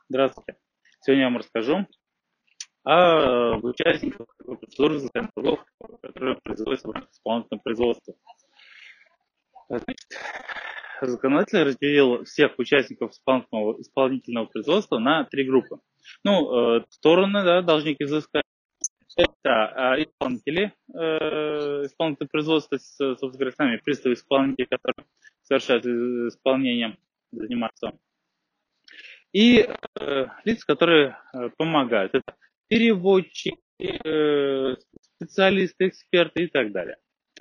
Здравствуйте. Сегодня я вам расскажу о участниках процедуры взыскания долгов, которые производятся в рамках исполнительного производства. Значит, законодатель разделил всех участников исполнительного производства на три группы. Стороны, да, должники взыскания, это исполнители, исполнительного производства, собственно говоря, сами приставы-исполнители, которые совершают исполнение, занимаются. И лица, которые помогают. Это переводчики, специалисты, эксперты и так далее.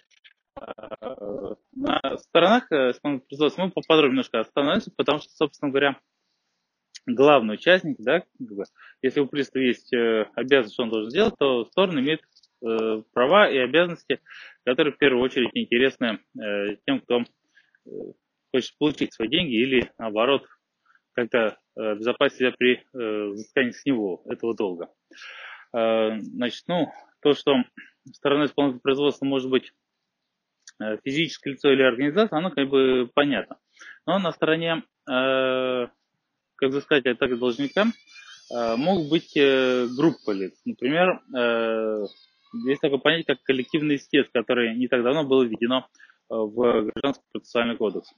На сторонах исполнительного производства мы поподробнее немножко остановимся, потому что, собственно говоря, главный участник, да, если у пристава есть обязанность, что он должен сделать, то стороны имеют права и обязанности, которые в первую очередь интересны тем, кто хочет получить свои деньги или, наоборот, как-то обезопасить себя при взыскании с него этого долга. Значит, то, что стороной исполнительного производства может быть физическое лицо или организация, оно как бы понятно. Но на стороне как взыскателя, так и должника могут быть группы лиц. Например, есть такое понятие, как коллективный истец, которое не так давно было введено в Гражданский процессуальный кодекс.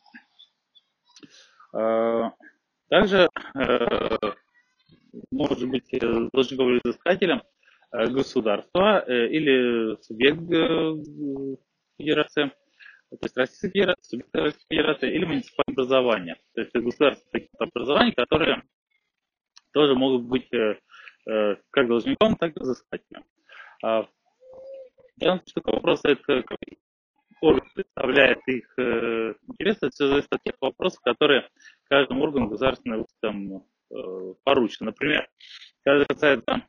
Также может быть должником или взыскателем государство или субъект федерации, то есть Российская Федерация, субъект Российской Федерации или муниципальное образование. То есть государственные образования, которые тоже могут быть как должником, так и взыскателем. Такой вопрос, это орган представляет их интересы, это все зависит от тех вопросов, которые каждому органу государственного поручены. Например, когда касается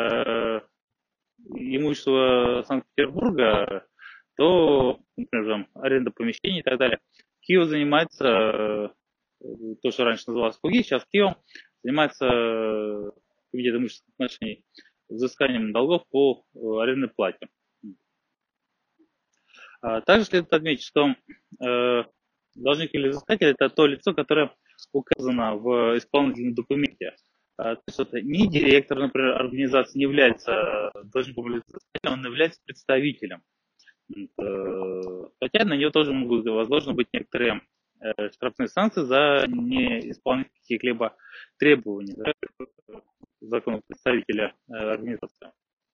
имущества Санкт-Петербурга, то, например, аренда помещений и так далее, Киев занимается, то, что раньше называлось КУГИ, сейчас Киев занимается Комитет имущественных отношений взысканием долгов по арендной плате. Также следует отметить, что должник или взыскатель – это то лицо, которое указано в исполнительном документе. То есть это не директор, например, организации не является должником или взыскателем, он является представителем. Хотя на него тоже могут возложены быть некоторые штрафные санкции за неисполнение каких-либо требований, да, законов представителя организации.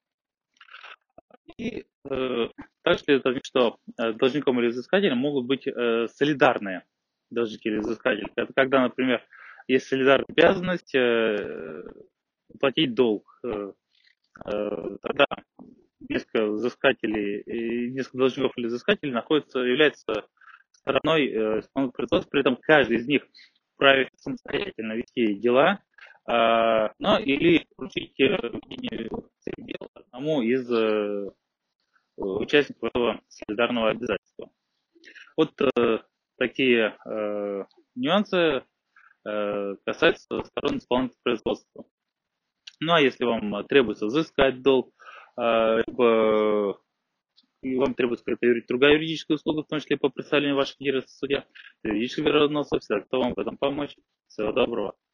И также следует отметить, что должником или взыскателем могут быть солидарные должники или взыскатели. Это когда, например, есть солидарная обязанность платить долг. Тогда несколько взыскателей, несколько должников или взыскателей являются стороной исполнительного производства, при этом каждый из них вправе самостоятельно вести дела, или поручить ведение дел одному из участников этого солидарного обязательства. Вот такие нюансы касаются сторон исполнительного производства. Ну а если вам требуется взыскать долг, либо вам требуется какая-то другая юридическая услуга, в том числе по представлению ваших интересов в суде, юридического мирового всегда готов вам в этом помочь. Всего доброго.